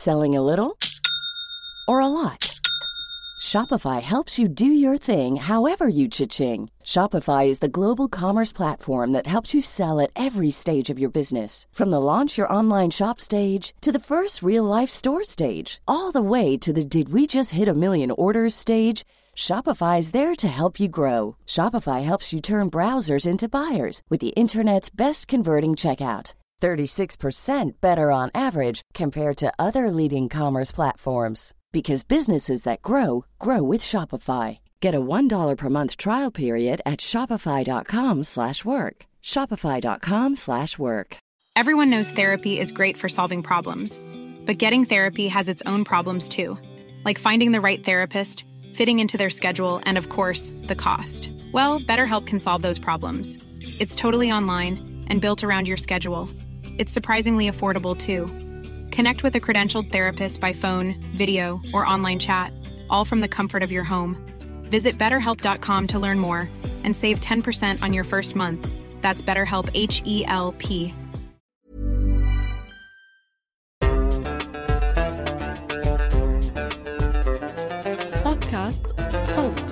Selling a little or a lot? Shopify helps you do your thing however you cha-ching. Shopify is the global commerce platform that helps you sell at every stage of your business. From the launch your online shop stage to the first real-life store stage, all the way to the did we just hit a million orders stage. Shopify is there to help you grow. Shopify helps you turn browsers into buyers with the internet's best converting checkout. 36% better on average compared to other leading commerce platforms. Because businesses that grow, grow with Shopify. Get a $1 per month trial period at shopify.com/work. Shopify.com/work. Everyone knows therapy is great for solving problems, but getting therapy has its own problems too, like finding the right therapist, fitting into their schedule, and of course, the cost. Well, BetterHelp can solve those problems. It's totally online and built around your schedule. It's surprisingly affordable too. Connect with a credentialed therapist by phone, video, or online chat, all from the comfort of your home. Visit BetterHelp.com to learn more and save 10% on your first month. That's BetterHelp, H-E-L-P. بودكاست صوت.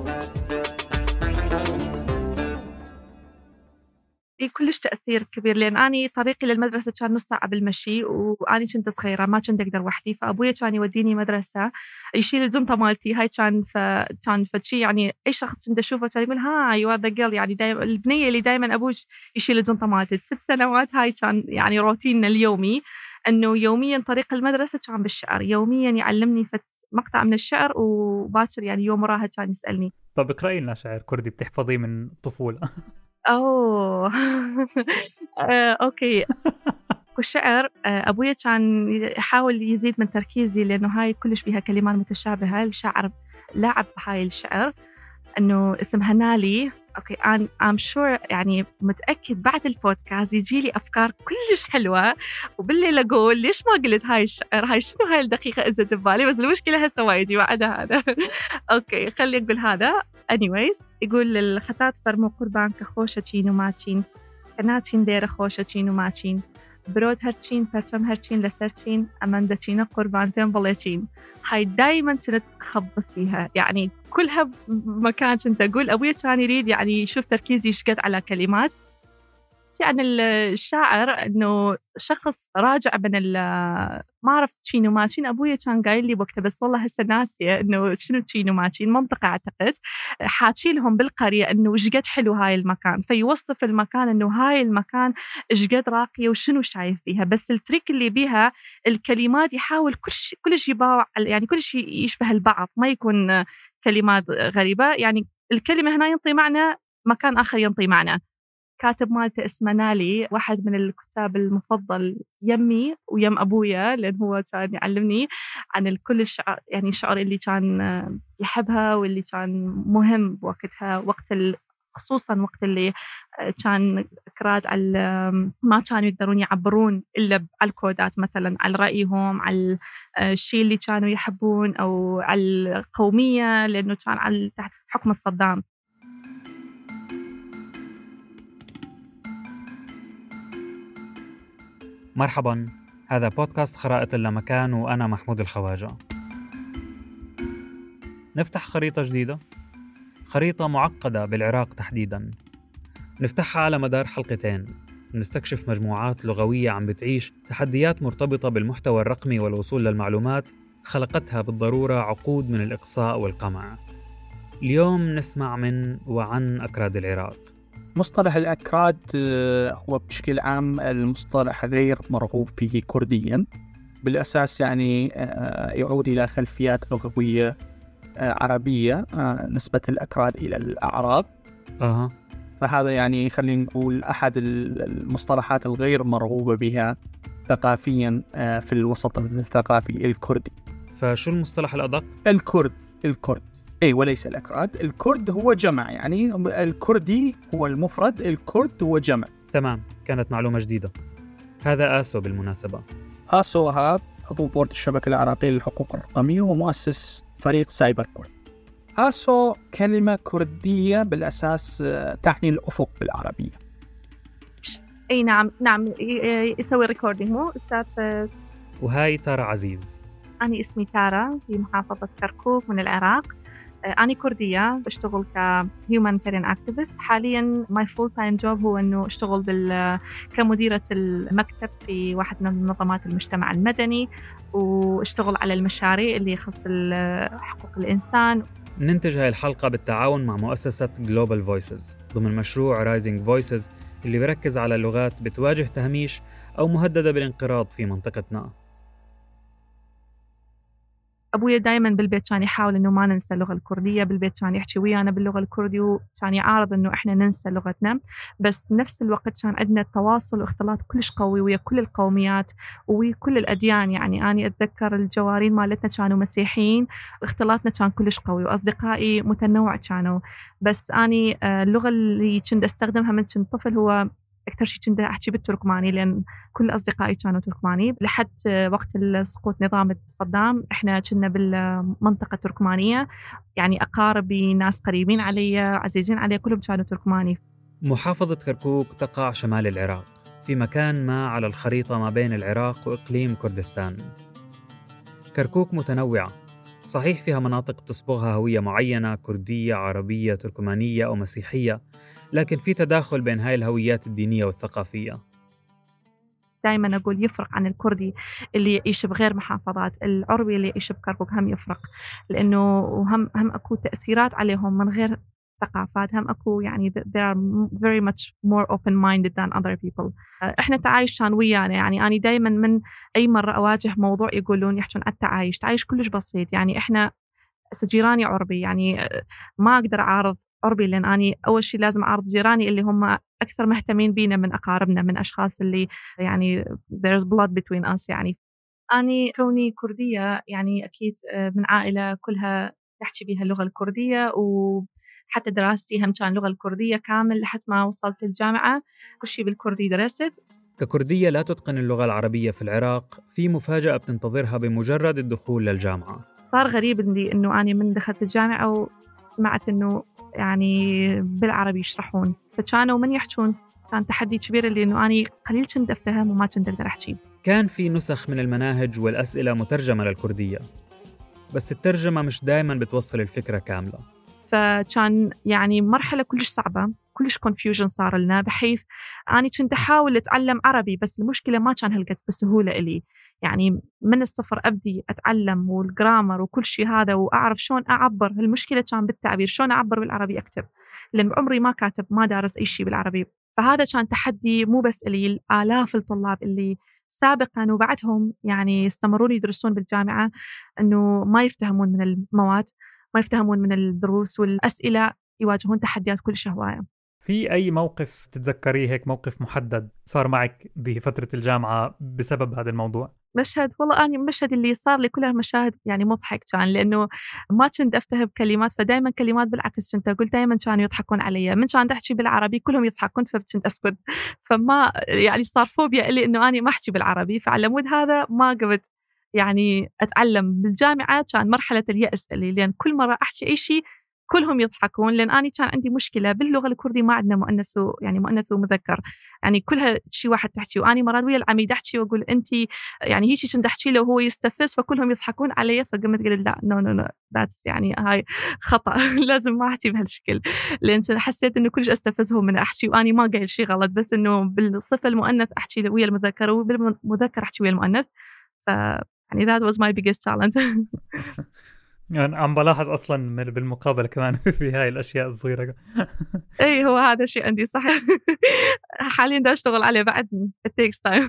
كلش تأثير كبير، لأن أنا طريقي للمدرسة كان نص ساعة بالمشي، وأنا كنت صغيرة ما كنت أقدر وحدي، فأبويا كان يوديني مدرسة يشيل الزنطة مالتي. هاي كان فشي يعني أي شخص كنت أشوفه كان يقول ها you are the girl، يعني دايما البنية اللي دايما أبوي يشيل الزنطة مالتي. 6 سنوات هاي كان يعني روتيننا اليومي، إنه يوميا طريق المدرسة كان بالشعر، يوميا يعلمني مقطع من الشعر، وباكر يعني يوم وراها كان يسألني. طب اقرأي لنا شعر كردي بتحفظيه من الطفولة. أوه أوكي. والشعر أبويا كان يحاول يزيد من تركيزي، لأنه هاي كلش بيها كلمات متشابهة. الشاعر لعب بهاي الشعر إنه اسمها نالي. أوكي I'm sure يعني متأكد بعد البودكاست يجي لي أفكار كلش حلوة، وبالليل أقول ليش ما قلت هاي الشعر، هاي شنو هاي الدقيقة إزت ببالي، بس المشكلة هسه وايدي بعد هذا. أوكي خلي أقول هذا. anyways يقول الختات فرمو قربان كخوشة تشين وماتشين، كناتشين دير خوشة تشين وماتشين، برود هرتشين فرشم هرتشين لسرتشين أماندتشين قربان تين بليتشين. هاي دايما كنت أخبص فيها، يعني كلها مكان كنت أقول. أبويا كان يريد يعني يشوف تركيزي شقد على كلمات. يعني الشاعر إنه شخص راجع من ما عرفت تشين وماتشين. أبويا كان قايل لي وقتها، بس والله هسه ناسية إنه شنو تشين وماتشين، منطقة أعتقد حاكي لهم بالقرية إنه شقد حلو هاي المكان، فيوصف المكان إنه هاي المكان شقد راقية وشنو شايف فيها. بس التريك اللي بيها الكلمات يحاول كلش يباوع، يعني كلش يشبه البعض، ما يكون كلمات غريبة. يعني الكلمة هنا ينطي معنى، مكان آخر ينطي معنى. كاتب مالته اسمه نالي، واحد من الكتاب المفضل يمي ويم أبويا، لأن هو كان يعلمني عن كل الشعر، يعني الشعر اللي كان يحبها واللي كان مهم بوقتها، خصوصا وقت اللي كان كراد على ما كانوا يقدرون يعبرون إلا على الكودات، مثلا على رأيهم، على الشيء اللي كانوا يحبون، أو على القومية، لأنه كان تحت حكم صدام. مرحبا، هذا بودكاست خرائط اللامكان وأنا محمود الخواجة. نفتح خريطة جديدة، خريطة معقدة بالعراق تحديداً. نفتحها على مدار حلقتين، نستكشف مجموعات لغوية عم بتعيش تحديات مرتبطة بالمحتوى الرقمي والوصول للمعلومات خلقتها بالضرورة عقود من الإقصاء والقمع. اليوم نسمع من وعن أكراد العراق. مصطلح الأكراد هو بشكل عام المصطلح غير مرغوب فيه كرديا، بالأساس يعني يعود إلى خلفيات لغوية عربية، نسبة الأكراد إلى الأعراب. فهذا يعني خلينا نقول أحد المصطلحات الغير مرغوبة بها ثقافيا في الوسط الثقافي الكردي. فشو المصطلح الأدق؟ الكرد أي وليس الأكراد. الكرد هو جمع، يعني الكردي هو المفرد، الكرد هو جمع. تمام، كانت معلومة جديدة. هذا آسو بالمناسبة. آسو وهاب عضو بورد الشبكة العراقية للحقوق الرقمية ومؤسس فريق سايبر كورد. آسو كلمة كردية بالأساس تعني الأفق بالعربية. أي نعم يسوي ريكوردينج مو أستاذ وهاي تارا عزيز. أنا اسمي تارا، في محافظة كركوك من العراق. أنا كردية، بشتغل كهيومانيتيريان أكتيفيست. حالياً my full time job هو أنه أشتغل كمديرة المكتب في واحد من منظمات المجتمع المدني، وأشتغل على المشاريع اللي يخص حقوق الإنسان. ننتج هاي الحلقة بالتعاون مع مؤسسة Global Voices ضمن مشروع Rising Voices اللي بيركز على اللغات بتواجه تهميش أو مهددة بالانقراض في منطقتنا. أبويا دايماً بالبيت كان يحاول إنه ما ننسى اللغة الكردية، بالبيت كان يحكي ويانا باللغة الكردية، وكان يعارض إنه إحنا ننسى لغتنا. بس نفس الوقت كان عندنا تواصل واختلاط كلش قوي ويا كل القوميات وكل الأديان. يعني أنا أتذكر الجوارين مالتنا كانوا مسيحيين، واختلاطنا كان كلش قوي، وأصدقائي متنوع كانوا. بس أنا اللغة اللي كنت أستخدمها من كنت طفل هو أكثر شيء كنت أحكي بالتركماني، لأن كل أصدقائي كانوا تركماني. لحد وقت سقوط نظام صدام إحنا كنا بالمنطقة تركمانية، يعني أقاربي، ناس قريبين علي، عزيزين علي، كلهم كانوا تركماني. محافظة كركوك تقع شمال العراق، في مكان ما على الخريطة ما بين العراق وإقليم كردستان. كركوك متنوعة، صحيح فيها مناطق تصبغها هوية معينة، كردية، عربية، تركمانية أو مسيحية، لكن في تداخل بين هاي الهويات الدينية والثقافية. دائما أقول يفرق عن الكردي اللي يعيش بغير محافظات، العربي اللي يعيش بكركوك هم يفرق، لأنه هم أكو تأثيرات عليهم من غير ثقافات، هم أكو يعني they are very much more open-minded than other people. إحنا تعايش كان ويانا، يعني أنا دائما من أي مرة أواجه موضوع يقولون يحكون عن التعايش كلش بسيط. يعني إحنا جيراني عربي، يعني ما أقدر أعارض عربي، لأن أنا أول شيء لازم أعرض جيراني اللي هم أكثر مهتمين بينا من أقاربنا، من أشخاص اللي يعني there's blood between us. يعني أنا كوني كردية، يعني أكيد من عائلة كلها تحكي بها اللغة الكردية، وحتى دراستي هم كان اللغة الكردية كامل لحد ما وصلت الجامعة، كل شيء بالكردي درست. ككردية لا تتقن اللغة العربية في العراق، في مفاجأة بتنتظرها بمجرد الدخول للجامعة. صار غريب لي إنه أنا من دخلت الجامعة وسمعت إنه يعني بالعربي يشرحون، فكانوا من يحكون كان تحدي كبير لي، إنه أنا قليل كنت أفهم وما كنت أقدر أحكي. كان في نسخ من المناهج والأسئلة مترجمة للكردية، بس الترجمة مش دايماً بتوصل الفكرة كاملة. فكان يعني مرحلة كلش صعبة، كلش confusion صار لنا، بحيث أنا كنت أحاول أتعلم عربي، بس المشكلة ما كان هلقت بسهولة إلي. يعني من الصفر أبدي أتعلم والجرامر وكل شيء هذا، وأعرف شون أعبر. المشكلة كان بالتعبير، شون أعبر بالعربي أكتب، لأن عمري ما كاتب، ما دارس أي شيء بالعربي. فهذا كان تحدي مو بس إلي، آلاف الطلاب اللي سابقاً وبعدهم يعني استمروا يدرسون بالجامعة، أنه ما يفتهمون من المواد، ما يفتهمون من الدروس، والأسئلة يواجهون تحديات كلش هواية. في أي موقف تتذكريه هيك، موقف محدد صار معك بفترة الجامعة بسبب هذا الموضوع؟ مشهد، والله أنا المشهد اللي صار لي كلها مشاهد يعني مضحك كان، لأنه ما كنت أفتهم كلمات، فدايما كلمات بالعكس كنت أقول، دايما كانوا يضحكون علي، من كان أحكي بالعربي كلهم يضحكون، فكنت أسكت. فما يعني صار فوبيا إلي إنه أنا ما أحكي بالعربي. فعلى مود هذا ما قبل يعني أتعلم بالجامعة، كان مرحلة اليأس إلي، لأن كل مرة أحكي أي شيء كلهم يضحكون، لأن أنا كان عندي مشكلة باللغة الكردية، ما عندنا مؤنث يعني مؤنث ومذكر، يعني كلها شيء واحد تحكي. وأنا مرات ويا العميد أحكي وأقول أنتي يعني هيك كنت أحكي له وهو يستفز، فكلهم يضحكون علي. فقمت قلت لا نو ذاتس يعني هاي خطأ لازم ما أحكي بهالشكل، لأن حسيت إنه كلش أستفزهم من أحكي، وأنا ما قايل شيء غلط، بس إنه بالصفة المؤنث أحكي ويا المذكر، وبالمذكر أحكي ويا المؤنث. يعني that was my biggest challenge. يعني عم بلاحظ أصلا بالمقابلة كمان في هاي الأشياء الصغيرة. إيه هو هذا شيء عندي صح. حاليا دا أشتغل عليه بعد. it takes time.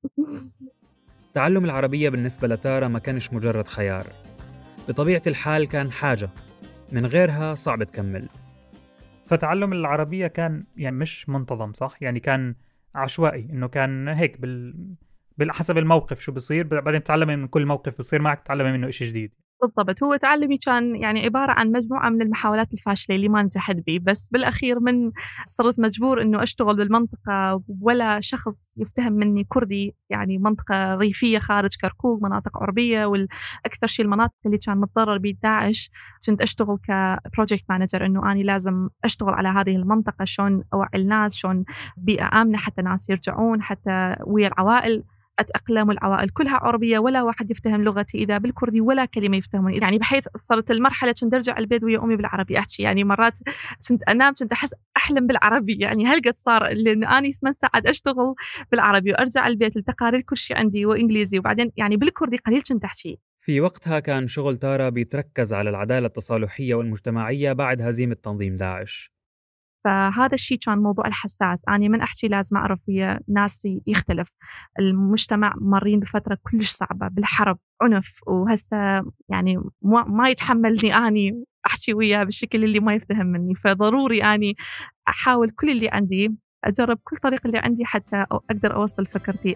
تعلم العربية بالنسبة لتارا ما كانش مجرد خيار، بطبيعة الحال كان حاجة، من غيرها صعب تكمل. فتعلم العربية كان يعني مش منتظم صح؟ يعني كان عشوائي، إنه كان هيك بالحسب الموقف شو بصير، بعدين تعلمي من كل موقف بصير معك تعلمي منه إشي جديد. بالضبط، هو تعلمي كان يعني عبارة عن مجموعة من المحاولات الفاشلة اللي ما نجحت بي، بس بالأخير من صرت مجبور إنه أشتغل بالمنطقة، ولا شخص يفتهم مني كردي، يعني منطقة ريفية خارج كركوك، مناطق عربية، والأكثر شيء المناطق اللي كان متضرر بيه داعش. كنت أشتغل كبروجكت مانجر، إنه أنا لازم أشتغل على هذه المنطقة، شون أوعي الناس، شون بيئة آمنة حتى ناس يرجعون، حتى ويا العوائل أتأقلم، والعوائل كلها عربية، ولا واحد يفتهم لغتي إذا بالكردي ولا كلمة يفتهموني. يعني بحيث صارت المرحلة كنت أرجع البيت ويا أمي بالعربي أحكي، يعني مرات كنت أنام كنت أحس أحلم بالعربي، يعني هالقد صار، لأن أني 8 ساعات أشتغل بالعربي وأرجع البيت التقارير كل شيء عندي وإنجليزي، وبعدين يعني بالكردي قليل كنت أحكي. في وقتها كان شغل تارا بيتركز على العدالة التصالحية والمجتمعية بعد هزيمة تنظيم داعش. فهذا الشيء كان موضوع الحساس. أنا من أحكي لازم أعرف ويا ناس يختلف. المجتمع مارين بفترة كلش صعبة بالحرب، عنف، وهسه يعني ما يتحملني أني أحكي وياه بالشكل اللي ما يفتهم مني. فضروري أني أحاول كل اللي عندي، أجرب كل طريقة اللي عندي حتى أقدر أوصل فكرتي.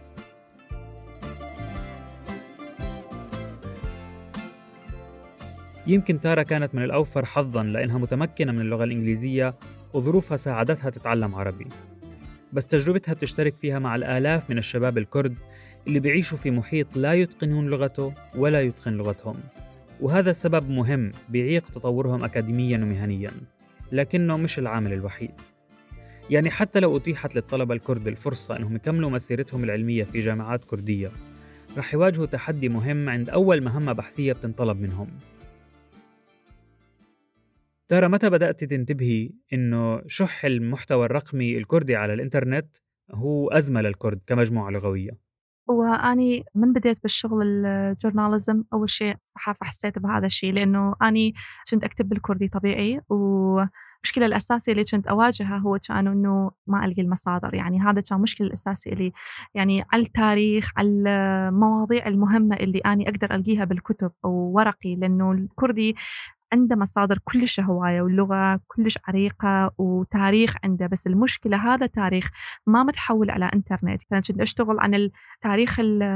يمكن تارا كانت من الأوفر حظاً لأنها متمكنة من اللغة الإنجليزية وظروفها ساعدتها تتعلم عربي، بس تجربتها بتشترك فيها مع الآلاف من الشباب الكرد اللي بيعيشوا في محيط لا يتقنون لغته ولا يتقن لغتهم، وهذا السبب مهم بيعيق تطورهم أكاديمياً ومهنياً، لكنه مش العامل الوحيد. يعني حتى لو أتيحت للطلبة الكرد الفرصة أنهم يكملوا مسيرتهم العلمية في جامعات كردية، رح يواجهوا تحدي مهم عند أول مهمة بحثية بتنطلب منهم. ترى متى بدأت تنتبهي إنه شح المحتوى الرقمي الكردي على الإنترنت هو أزمة للكرد كمجموعة لغوية؟ وأني من بديت بالشغل الجورناليزم أول شيء صحافة حسيت بهذا الشيء، لأنه أني كنت أكتب بالكردي طبيعي، والمشكلة الأساسية اللي كنت أواجهها هو كان إنه ما ألقي المصادر. يعني هذا كان مشكلة الأساسية اللي يعني على التاريخ، على المواضيع المهمة اللي أني أقدر ألقيها بالكتب أو ورقي، لأنه الكردي عنده مصادر كلش هواية واللغة كلش عريقة وتاريخ عنده، بس المشكلة هذا تاريخ ما متحول على إنترنت. كنت أشتغل عن التاريخ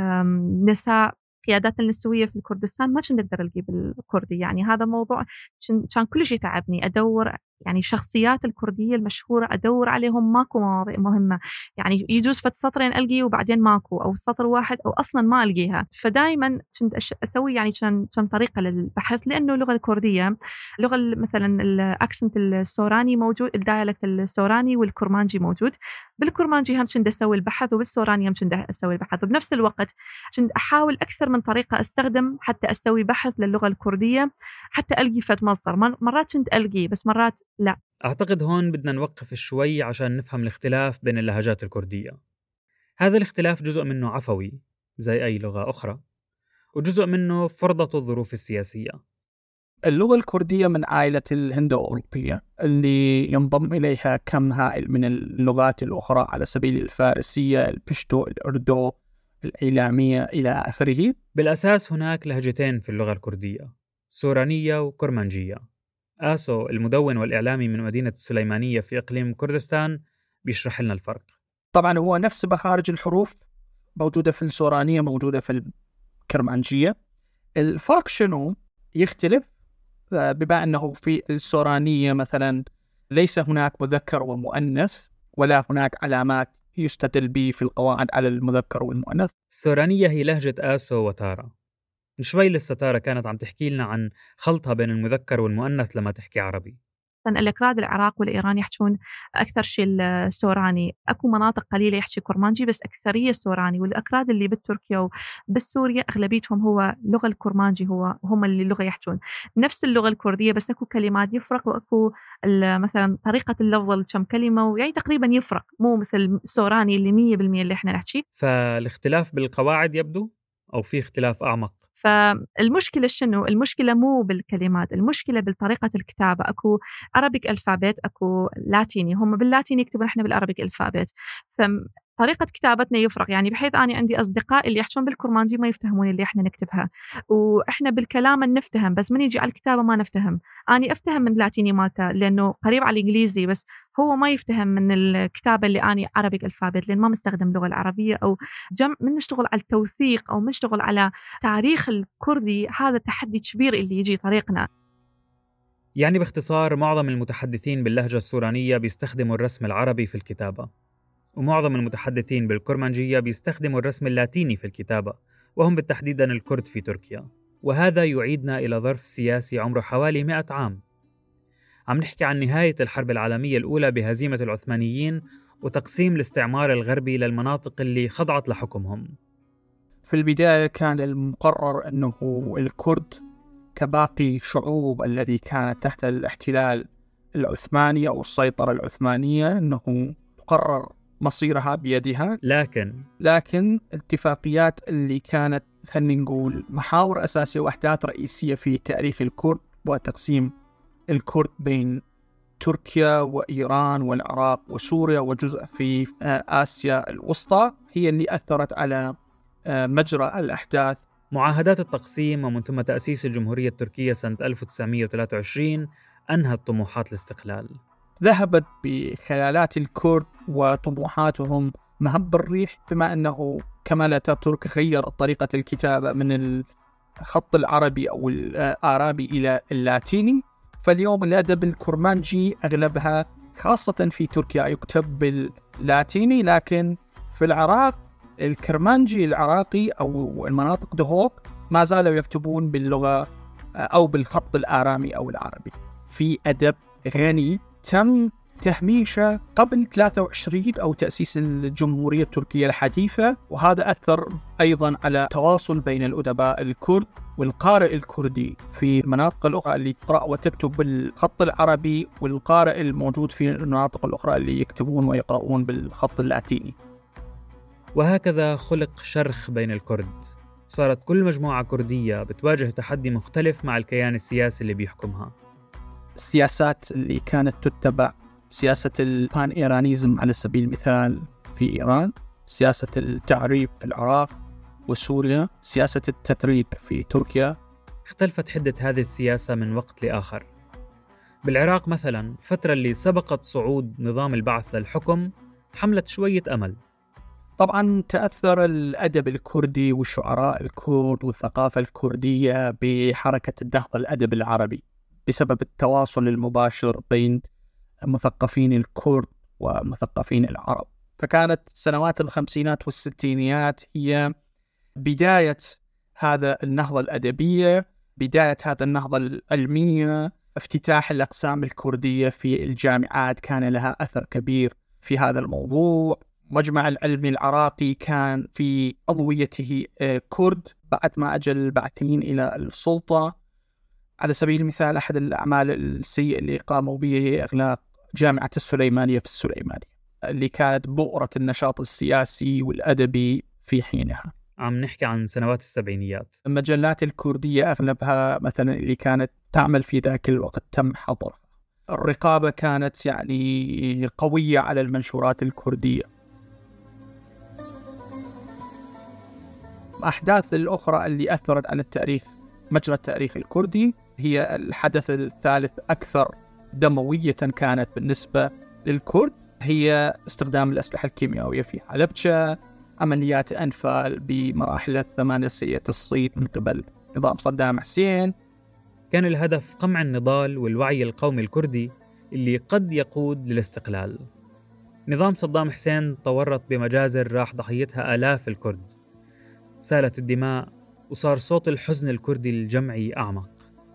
النساء، قيادات النسوية في الكردستان، ما كنت أقدر ألقي بالكردي. يعني هذا موضوع كان كلش يتعبني. أدور يعني شخصيات الكردية المشهورة أدور عليهم، ماكو مواضيع مهمة، يعني يجوز فت سطرين ألقي وبعدين ماكو، أو سطر واحد أو أصلا ما ألقيها. فدايما كنت أسوي يعني كان طريقة للبحث، لأنه اللغة الكردية لغة مثلا الأكسنت السوراني موجود، الدايلكت السوراني والكرمانجي موجود. بالكرمانجي هم كنت أسوي البحث، وبالسوراني هم كنت أسوي البحث، وبنفس الوقت كنت أحاول أكثر من طريقة أستخدم حتى أسوي بحث للغة الكردية، حتى ألقي فت مصدر. مرات كنت ألقي بس مرات لا. أعتقد هون بدنا نوقف شوي عشان نفهم الاختلاف بين اللهجات الكردية. هذا الاختلاف جزء منه عفوي زي أي لغة أخرى، وجزء منه فرضته الظروف السياسية. اللغة الكردية من عائلة الهندو-أوروبية اللي ينضم إليها كم هائل من اللغات الأخرى على سبيل الفارسية، البشتو، الأردو، الإيلامية إلى آخره. بالأساس هناك لهجتين في اللغة الكردية، سورانية وكرمانجية. آسو المدون والإعلامي من مدينة السليمانية في إقليم كردستان بيشرح لنا الفرق. طبعا هو نفس مخارج الحروف موجودة في السورانية موجودة في الكرمانجية. الفرق شنو؟ يختلف بما أنه في السورانية مثلا ليس هناك مذكر ومؤنث، ولا هناك علامات يستدل به في القواعد على المذكر والمؤنث. السورانية هي لهجة آسو وتارا. من شوي لسه تارا كانت عم تحكي لنا عن خلطها بين المذكر والمؤنث لما تحكي عربي. الأكراد العراق والإيران يحكون أكثر شيء السوراني، أكو مناطق قليلة يحكي كرمانجي بس أكثرية سوراني. والأكراد اللي بالتركيا وبالسوريا أغلبيتهم هو لغة الكرمانجي، هم اللي اللغة يحكون نفس اللغة الكردية، بس أكو كلمات يفرق، وأكو مثلا طريقة اللفظ كم كلمة ويعني تقريبا يفرق، مو مثل السوراني اللي 100% اللي احنا نحكي. فالاختلاف بالقواعد يبدو، أو في اختلاف أعمق؟ فالمشكلة شنو؟ المشكلة مو بالكلمات، المشكلة بالطريقة الكتابة. أكو عربيك ألفابيت، أكو لاتيني، هم باللاتيني يكتبون إحنا بالعربيك ألفابيت. طريقة كتابتنا يفرق، يعني بحيث أنا عندي أصدقاء اللي يحكون بالكرمانجي ما يفتهمون اللي إحنا نكتبها، وإحنا بالكلام نفتهم بس من يجي على الكتابة ما نفتهم. أنا أفتهم من اللاتيني مالته لأنه قريب على الإنجليزي، بس هو ما يفتهم من الكتابة اللي أنا عربيك ألفابيت، لأن ما مستخدم اللغة العربية. أو من نشتغل على التوثيق أو نشتغل على تاريخ الكردي، هذا تحدي كبير اللي يجي طريقنا. يعني باختصار معظم المتحدثين باللهجة السورانية بيستخدموا الرسم العربي في الكتابة، ومعظم المتحدثين بالكرمانجية بيستخدموا الرسم اللاتيني في الكتابة، وهم بالتحديد الكرد في تركيا. وهذا يعيدنا إلى ظرف سياسي عمره حوالي 100 عام. عم نحكي عن نهاية الحرب العالمية الأولى بهزيمة العثمانيين وتقسيم الاستعمار الغربي للمناطق اللي خضعت لحكمهم. في البداية كان المقرر أنه الكرد كباقي شعوب الذي كانت تحت الاحتلال العثماني أو السيطرة العثمانية أنه تقرر مصيرها بيدها، لكن اتفاقيات اللي كانت خلينا نقول محاور أساسية وأحداث رئيسية في تاريخ الكرد وتقسيم الكرد بين تركيا وإيران والعراق وسوريا وجزء في آسيا الوسطى هي اللي أثرت على مجرى الأحداث. معاهدات التقسيم ومن ثم تأسيس الجمهورية التركية سنة 1923 أنهت طموحات الاستقلال. ذهبت بخيالات الكرد وطموحاتهم مهب الريح، بما أنه كمال أتاتورك غير طريقة الكتابة من الخط العربي أو الآرابي إلى اللاتيني. فاليوم الأدب الكرمانجي أغلبها خاصة في تركيا يكتب باللاتيني، لكن في العراق الكرمانجي العراقي أو المناطق دهوك ما زالوا يكتبون باللغة أو بالخط الآرامي أو العربي. في أدب غني تم تهميشه قبل 23 أو تأسيس الجمهورية التركية الحديثة، وهذا أثر أيضا على تواصل بين الأدباء الكرد والقارئ الكردي في المناطق الأخرى اللي تقرأ وتكتب بالخط العربي، والقارئ الموجود في المناطق الأخرى اللي يكتبون ويقرؤون بالخط اللاتيني. وهكذا خلق شرخ بين الكرد. صارت كل مجموعة كردية بتواجه تحدي مختلف مع الكيان السياسي اللي بيحكمها. السياسات اللي كانت تتبع سياسة البان إيرانيزم على سبيل المثال في إيران، سياسة التعريب في العراق وسوريا، سياسة التتريب في تركيا. اختلفت حدة هذه السياسة من وقت لآخر. بالعراق مثلا الفترة اللي سبقت صعود نظام البعث للحكم حملت شوية أمل. طبعا تأثر الأدب الكردي والشعراء الكرد والثقافة الكردية بحركة النهضة الأدب العربي بسبب التواصل المباشر بين مثقفين الكرد ومثقفين العرب. فكانت سنوات الخمسينات والستينيات هي بداية هذا النهضة الأدبية، بداية هذا النهضة العلمية. افتتاح الأقسام الكردية في الجامعات كان لها أثر كبير في هذا الموضوع. مجمع العلمي العراقي كان في أضويته كرد بعد ما أجى البعثيين إلى السلطة. على سبيل المثال أحد الأعمال السيئة اللي قاموا به هي إغلاق جامعة السليمانية في السليمانية اللي كانت بؤرة النشاط السياسي والأدبي في حينها. عم نحكي عن سنوات السبعينيات. المجلات الكردية أغلبها مثلا اللي كانت تعمل في ذاك الوقت تم حظرها. الرقابة كانت يعني قوية على المنشورات الكردية. الأحداث الأخرى اللي أثرت على التاريخ، مجرى التاريخ الكردي، هي الحدث الثالث أكثر دموية كانت بالنسبة للكرد، هي استخدام الأسلحة الكيميائية في حلبجة، عمليات أنفال بمراحل الثمانية سيئة الصيت من قبل نظام صدام حسين. كان الهدف قمع النضال والوعي القومي الكردي اللي قد يقود للاستقلال. نظام صدام حسين تورط بمجازر راح ضحيتها آلاف الكرد، سالت الدماء وصار صوت الحزن الكردي الجمعي أعمق.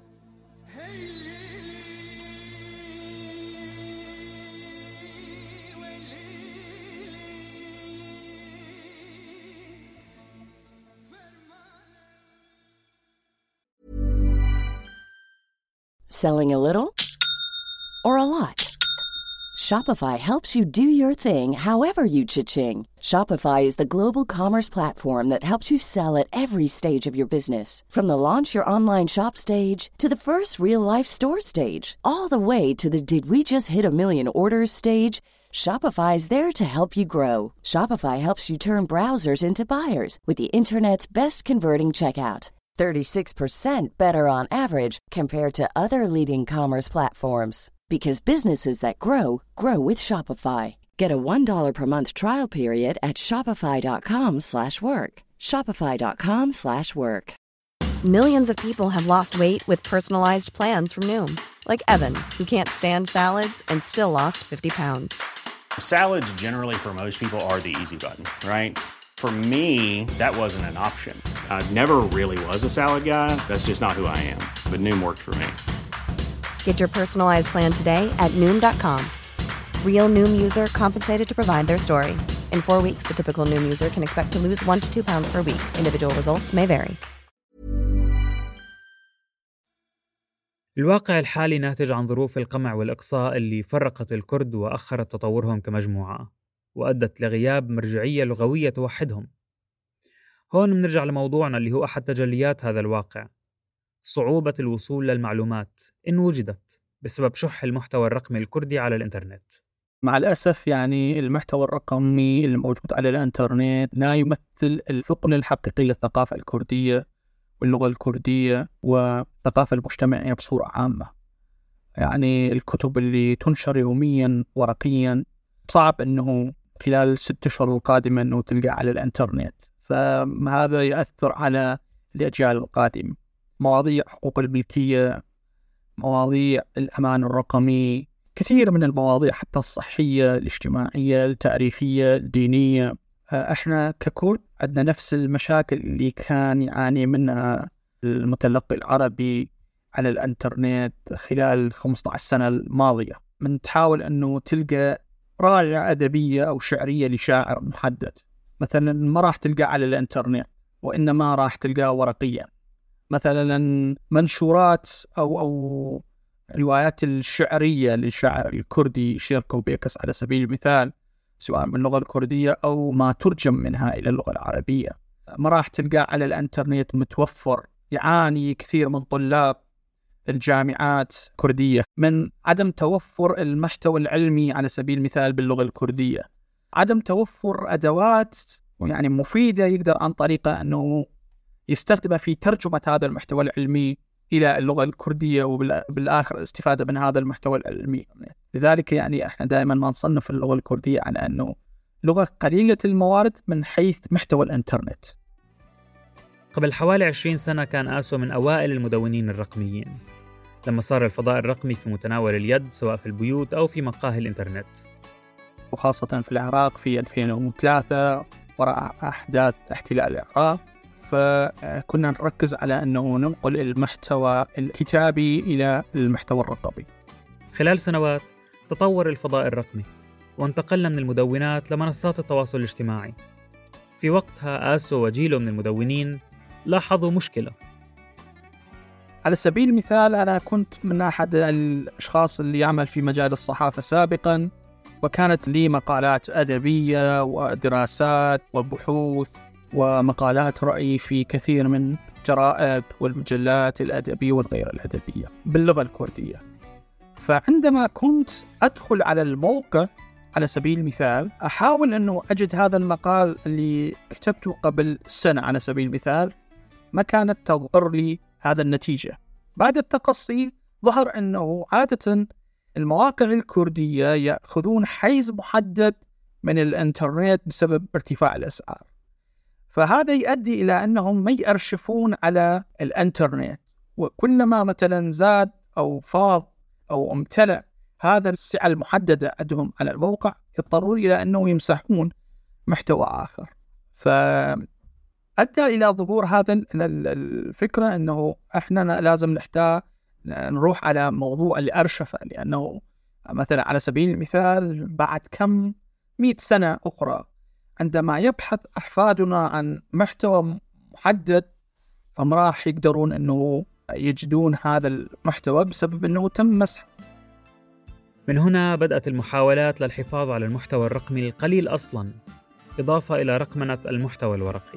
Selling a little or a lot? Shopify helps you do your thing however you cha-ching. Shopify is the global commerce platform that helps you sell at every stage of your business. From the launch your online shop stage to the first real-life store stage, all the way to the did we just hit a million orders stage. Shopify is there to help you grow. Shopify helps you turn browsers into buyers with the internet's best converting checkout. 36% better on average compared to other leading commerce platforms. Because businesses that grow, grow with Shopify. Get a $1 per month trial period at shopify.com/work. Shopify.com/work. Millions of people have lost weight with personalized plans from Noom. Like Evan, who can't stand salads and still lost 50 pounds. Salads generally for most people are the easy button, right? For me, that wasn't an option. I never really was a salad guy. That's just not who I am. But Noom worked for me. Get your personalized plan today at Noom.com. Real Noom user compensated to provide their story. In 4 weeks, the typical Noom user can expect to lose 1 to 2 pounds per week. Individual results may vary. الواقع الحالي ناتج عن ظروف القمع والإقصاء اللي فرقت الكرد وأخرت تطورهم كمجموعة، وأدت لغياب مرجعية لغوية توحدهم. هون بنرجع لموضوعنا اللي هو أحد تجليات هذا الواقع: صعوبة الوصول للمعلومات إن وجدت بسبب شح المحتوى الرقمي الكردي على الإنترنت. مع الأسف يعني المحتوى الرقمي الموجود على الإنترنت لا يمثل الثقل الحقيقي للثقافة الكردية واللغة الكردية والثقافة المجتمعية بصورة عامة. يعني الكتب اللي تنشر يوميا ورقيا صعب أنه خلال 6 أشهر القادمة أنه تلقى على الإنترنت، فهذا يأثر على الأجيال القادمة. مواضيع حقوق الملكية، مواضيع الأمان الرقمي، كثير من المواضيع حتى الصحية، الاجتماعية، التاريخية، الدينية. احنا ككرد عندنا نفس المشاكل اللي كان يعاني منها المتلقي العربي على الانترنت خلال 15 سنة الماضية. من تحاول انه تلقى راجع ادبية او شعرية لشاعر محدد مثلا ما راح تلقى على الانترنت، وانما راح تلقاه ورقيا. مثلا منشورات او روايات الشعرية للشاعر الكردي شيركو بيكس على سبيل المثال، سواء من اللغة الكردية أو ما ترجم منها إلى اللغة العربية، ما راح تلقى على الانترنت متوفر. يعاني كثير من طلاب الجامعات الكردية من عدم توفر المحتوى العلمي على سبيل المثال باللغة الكردية، عدم توفر أدوات يعني مفيدة يقدر عن طريقة أنه يستخدمها في ترجمة هذا المحتوى العلمي إلى اللغة الكردية وبالآخر الاستفادة من هذا المحتوى العلمي. لذلك يعني احنا دائما ما نصنف اللغة الكردية على أنه لغة قليلة الموارد من حيث محتوى الانترنت. قبل حوالي 20 سنة كان آسو من أوائل المدونين الرقميين، لما صار الفضاء الرقمي في متناول اليد سواء في البيوت أو في مقاهي الإنترنت، وخاصة في العراق في 2003 وراء أحداث احتلال العراق. فكنا نركز على أنه ننقل المحتوى الكتابي إلى المحتوى الرقمي. خلال سنوات تطور الفضاء الرقمي وانتقلنا من المدونات لمنصات التواصل الاجتماعي. في وقتها آسو وجيله من المدونين لاحظوا مشكلة. على سبيل المثال أنا كنت من أحد الأشخاص اللي يعمل في مجال الصحافة سابقا، وكانت لي مقالات أدبية ودراسات وبحوث ومقالات رأي في كثير من الجرائد والمجلات الأدبية والغير الأدبية باللغة الكردية. فعندما كنت أدخل على الموقع على سبيل المثال أحاول أنه أجد هذا المقال اللي كتبته قبل سنة على سبيل المثال، ما كانت تظهر لي هذا النتيجة. بعد التقصي ظهر أنه عادة المواقع الكردية يأخذون حيز محدد من الإنترنت بسبب ارتفاع الأسعار، فهذا يؤدي إلى أنهم ما يأرشفون على الإنترنت، وكلما مثلا زاد أو فاض أو امتلأ هذا السعة المحددة عندهم على الموقع يضطرون إلى أنه يمسحون محتوى آخر. فأدى إلى ظهور هذا الفكرة أنه إحنا لازم نحتاج نروح على موضوع الأرشفة، لأنه مثلا على سبيل المثال بعد كم 100 سنة أخرى عندما يبحث أحفادنا عن محتوى محدد فما راح يقدرون أنه يجدون هذا المحتوى بسبب أنه تم مسح. من هنا بدأت المحاولات للحفاظ على المحتوى الرقمي القليل أصلاً، إضافة إلى رقمنة المحتوى الورقي.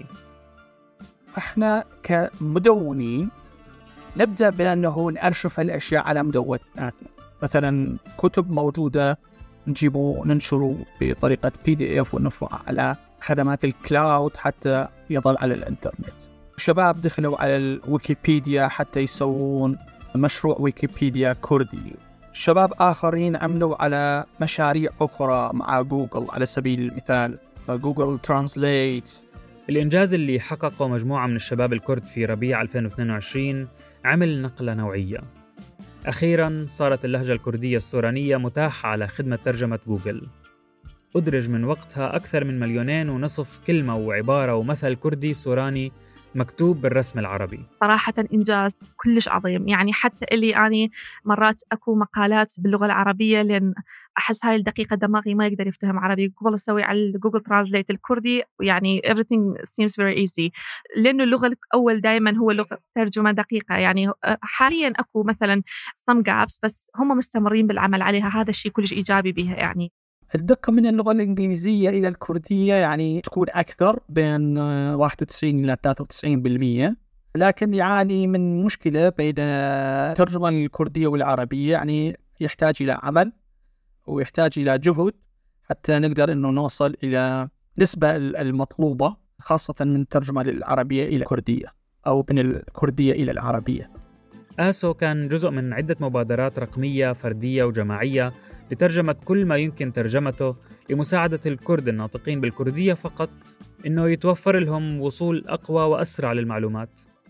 احنا كمدونين نبدأ بأنه نأرشف الأشياء على مدوناتنا، مثلا كتب موجودة نجيبه ننشره بطريقة PDF ونرفعه على خدمات الكلاود حتى يظل على الإنترنت. شباب دخلوا على الويكيبيديا حتى يسوون مشروع ويكيبيديا كردي. شباب آخرين عملوا على مشاريع أخرى مع جوجل على سبيل المثال جوجل ترانسليت. الإنجاز اللي حققه مجموعة من الشباب الكرد في ربيع 2022 عمل نقلة نوعية. أخيراً صارت اللهجة الكردية السورانية متاحة على خدمة ترجمة جوجل. أدرج من وقتها أكثر من 2.5 مليون كلمة وعبارة ومثل كردي سوراني مكتوب بالرسم العربي. صراحة إنجاز كلش عظيم. يعني حتى اللي مرات أكو مقالات باللغة العربية لأن أحس هاي الدقيقة دماغي ما يقدر يفتهم عربي، قبل أسوي على جوجل ترانسليت الكردي يعني everything seems very easy، لأنه اللغة الأول دائما هو لغة ترجمة دقيقة. يعني حاليا أكو مثلا some gaps بس هم مستمرين بالعمل عليها، هذا الشيء كلش إيجابي بها. يعني الدقة من اللغة الإنجليزية إلى الكردية يعني تكون أكثر بين 91 إلى 93%، لكن يعاني من مشكلة بين الترجمة الكردية والعربية، يعني يحتاج إلى عمل ويحتاج إلى جهد حتى نقدر إنه نوصل إلى نسبة المطلوبة، خاصة من الترجمة للعربية إلى الكردية أو من الكردية إلى العربية. آسو كان جزء من عدة مبادرات رقمية فردية وجماعية لترجمة كل ما يمكن ترجمته لمساعدة الكرد الناطقين بالكردية فقط إنه يتوفر لهم وصول أقوى وأسرع للمعلومات.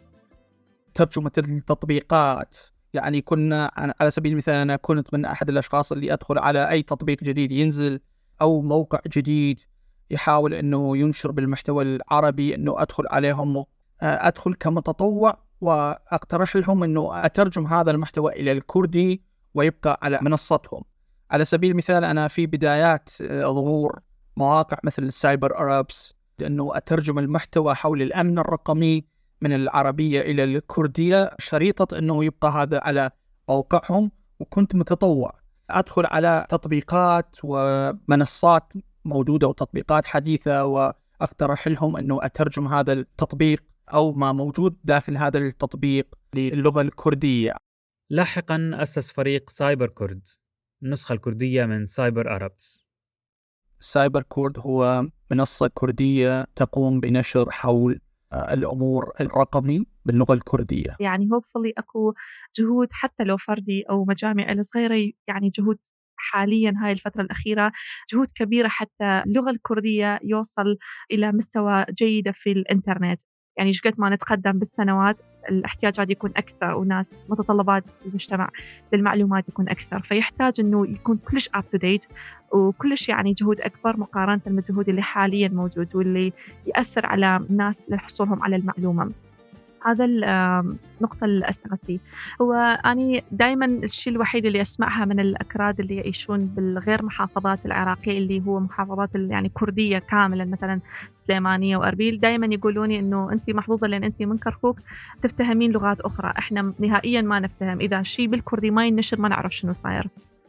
ترجمة التطبيقات، يعني كنا على سبيل المثال أنا كنت من أحد الأشخاص اللي أدخل على أي تطبيق جديد ينزل أو موقع جديد يحاول أنه ينشر بالمحتوى العربي، أنه أدخل عليهم، أدخل كمتطوع وأقترح لهم أنه أترجم هذا المحتوى إلى الكردي ويبقى على منصتهم. على سبيل المثال أنا في بدايات ظهور مواقع مثل السايبر أرابس، لأنه أترجم المحتوى حول الأمن الرقمي من العربية إلى الكردية، شريطة أنه يبقى هذا على موقعهم، وكنت متطوع أدخل على تطبيقات ومنصات موجودة وتطبيقات حديثة وأقترح لهم أنه أترجم هذا التطبيق أو ما موجود داخل هذا التطبيق للغة الكردية. لاحقاً أسس فريق سايبر كورد، النسخة الكردية من سايبر أرابس. سايبر كورد هو منصة كردية تقوم بنشر حول الأمور الرقمي باللغة الكردية. يعني hopefully أكو جهود حتى لو فردي أو مجامع صغيرة، يعني جهود حاليا هاي الفترة الأخيرة جهود كبيرة حتى اللغة الكردية يوصل إلى مستوى جيدة في الإنترنت. يعني قد ما نتقدم بالسنوات الاحتياج قاعد يكون أكثر، وناس متطلبات المجتمع للمعلومات يكون أكثر، فيحتاج إنه يكون كلش up to date وكلش يعني جهود أكبر مقارنة بالجهود اللي حاليا موجود واللي يأثر على الناس لحصولهم على المعلومة. هذا النقطة الأساسية. هو أنا دائما الشيء الوحيد اللي أسمعها من الأكراد اللي يعيشون بالغير محافظات العراقية اللي هو محافظات يعني كردية كاملا مثلا سليمانية وأربيل، دائما يقولوني إنه أنت محظوظة لأن أنت من كركوك تفتهمين لغات أخرى، إحنا نهائيا ما نفتهم، إذا شيء بالكردي ما ينشر ما نعرف شنو صاير.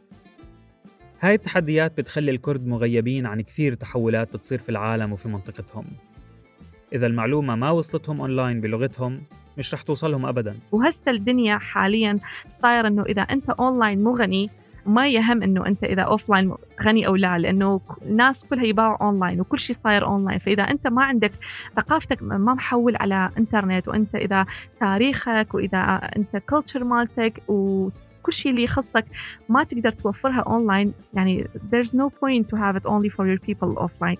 هاي التحديات بتخلي الكرد مغيبين عن كثير تحولات بتصير في العالم وفي منطقتهم. إذا المعلومة ما وصلتهم أونلاين بلغتهم مش رح توصلهم أبداً. وهسه الدنيا حالياً صاير إنه إذا أنت أونلاين مو غني، ما يهم إنه أنت إذا أوفلاين غني أو لا، لأنه الناس كلها يباعوا أونلاين وكل شيء صاير أونلاين. فإذا أنت ما عندك ثقافتك ما محول على إنترنت، وأنت إذا تاريخك وإذا أنت كولتشر مالتك وكل شيء اللي يخصك ما تقدر توفرها أونلاين، يعني there's no point to have it only for your people offline.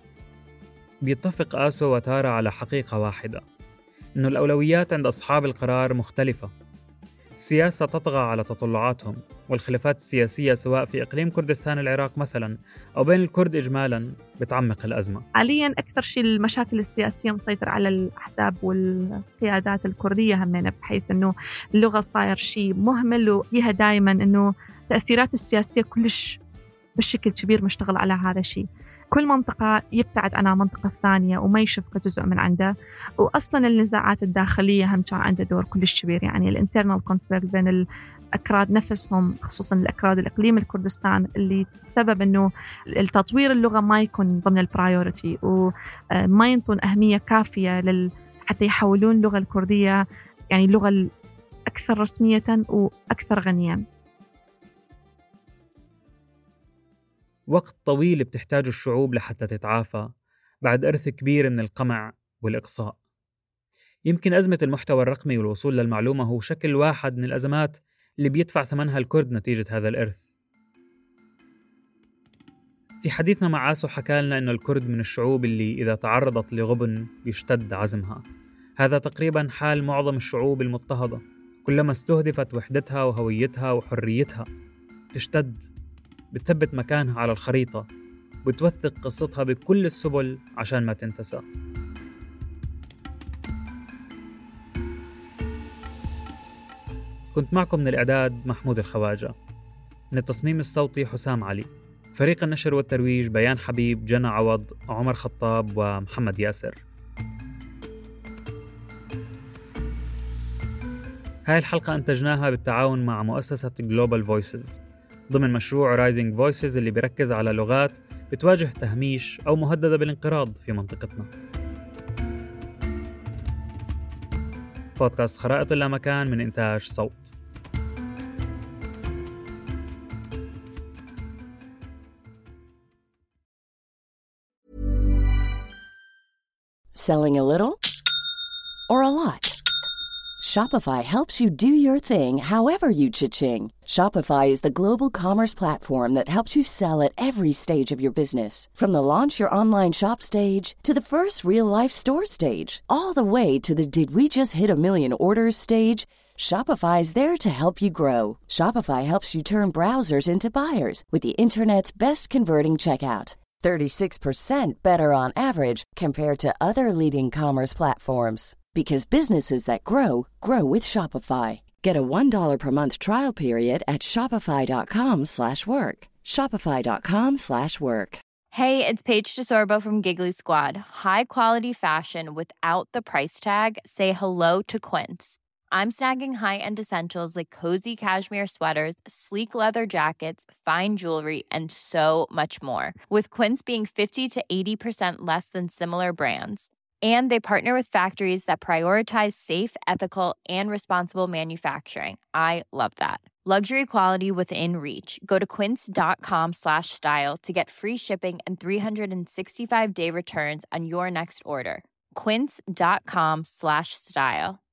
بيتفق آسو وتارا على حقيقة واحدة، إنه الأولويات عند أصحاب القرار مختلفة. السياسة تطغى على تطلعاتهم، والخلافات السياسية سواء في إقليم كردستان العراق مثلا أو بين الكرد إجمالا بتعمق الأزمة. حاليا أكثر شيء المشاكل السياسية مسيطر على الأحزاب والقيادات الكردية همنا، بحيث أنه اللغة صاير شيء مهمل، وفيها دائما أنه تأثيرات السياسية كلش بشكل كبير مشتغل على هذا الشيء. كل منطقة يبتعد عن منطقة الثانية وما يشوف كجزء من عنده، وأصلا النزاعات الداخلية هم كان عنده دور كلش كبير. يعني الانترنال كونفليكت بين الأكراد نفسهم، خصوصا الأكراد الإقليم الكردستان، اللي سبب إنه التطوير اللغة ما يكون ضمن البرايورتي وما ينطون أهمية كافية حتى يحولون اللغة الكردية يعني اللغة الأكثر رسمية وأكثر غنيا. وقت طويل بتحتاج الشعوب لحتى تتعافى بعد إرث كبير من القمع والإقصاء. يمكن أزمة المحتوى الرقمي والوصول للمعلومة هو شكل واحد من الأزمات اللي بيدفع ثمنها الكرد نتيجة هذا الإرث. في حديثنا مع آسو حكى لنا إنه الكرد من الشعوب اللي إذا تعرضت لغبن بيشتد عزمها. هذا تقريبا حال معظم الشعوب المضطهدة، كلما استهدفت وحدتها وهويتها وحريتها تشتد، بتثبت مكانها على الخريطة، بتوثق قصتها بكل السبل عشان ما تنتسى. كنت معكم من الإعداد محمود الخواجة. من التصميم الصوتي حسام علي. فريق النشر والترويج بيان حبيب، جنى عوض، عمر خطاب ومحمد ياسر. هاي الحلقة أنتجناها بالتعاون مع مؤسسة Global Voices ضمن مشروع Rising Voices اللي بيركز على لغات بتواجه تهميش أو مهددة بالانقراض في منطقتنا. بودكاست خرائط اللامكان من إنتاج صوت. Selling a little or a lot? Shopify helps you do your thing however you cha-ching. Shopify is the global commerce platform that helps you sell at every stage of your business. From the launch your online shop stage to the first real-life store stage, all the way to the did we just hit a million orders stage. Shopify is there to help you grow. Shopify helps you turn browsers into buyers with the internet's best converting checkout. 36% better on average compared to other leading commerce platforms. Because businesses that grow, grow with Shopify. Get a $1 per month trial period at shopify.com/work. Shopify.com/work. Hey, it's Paige DeSorbo from Giggly Squad. High quality fashion without the price tag. Say hello to Quince. I'm snagging high-end essentials like cozy cashmere sweaters, sleek leather jackets, fine jewelry, and so much more. With Quince being 50 to 80% less than similar brands. And they partner with factories that prioritize safe, ethical, and responsible manufacturing. I love that. Luxury quality within reach. Go to quince.com/style to get free shipping and 365-day returns on your next order. Quince.com/style.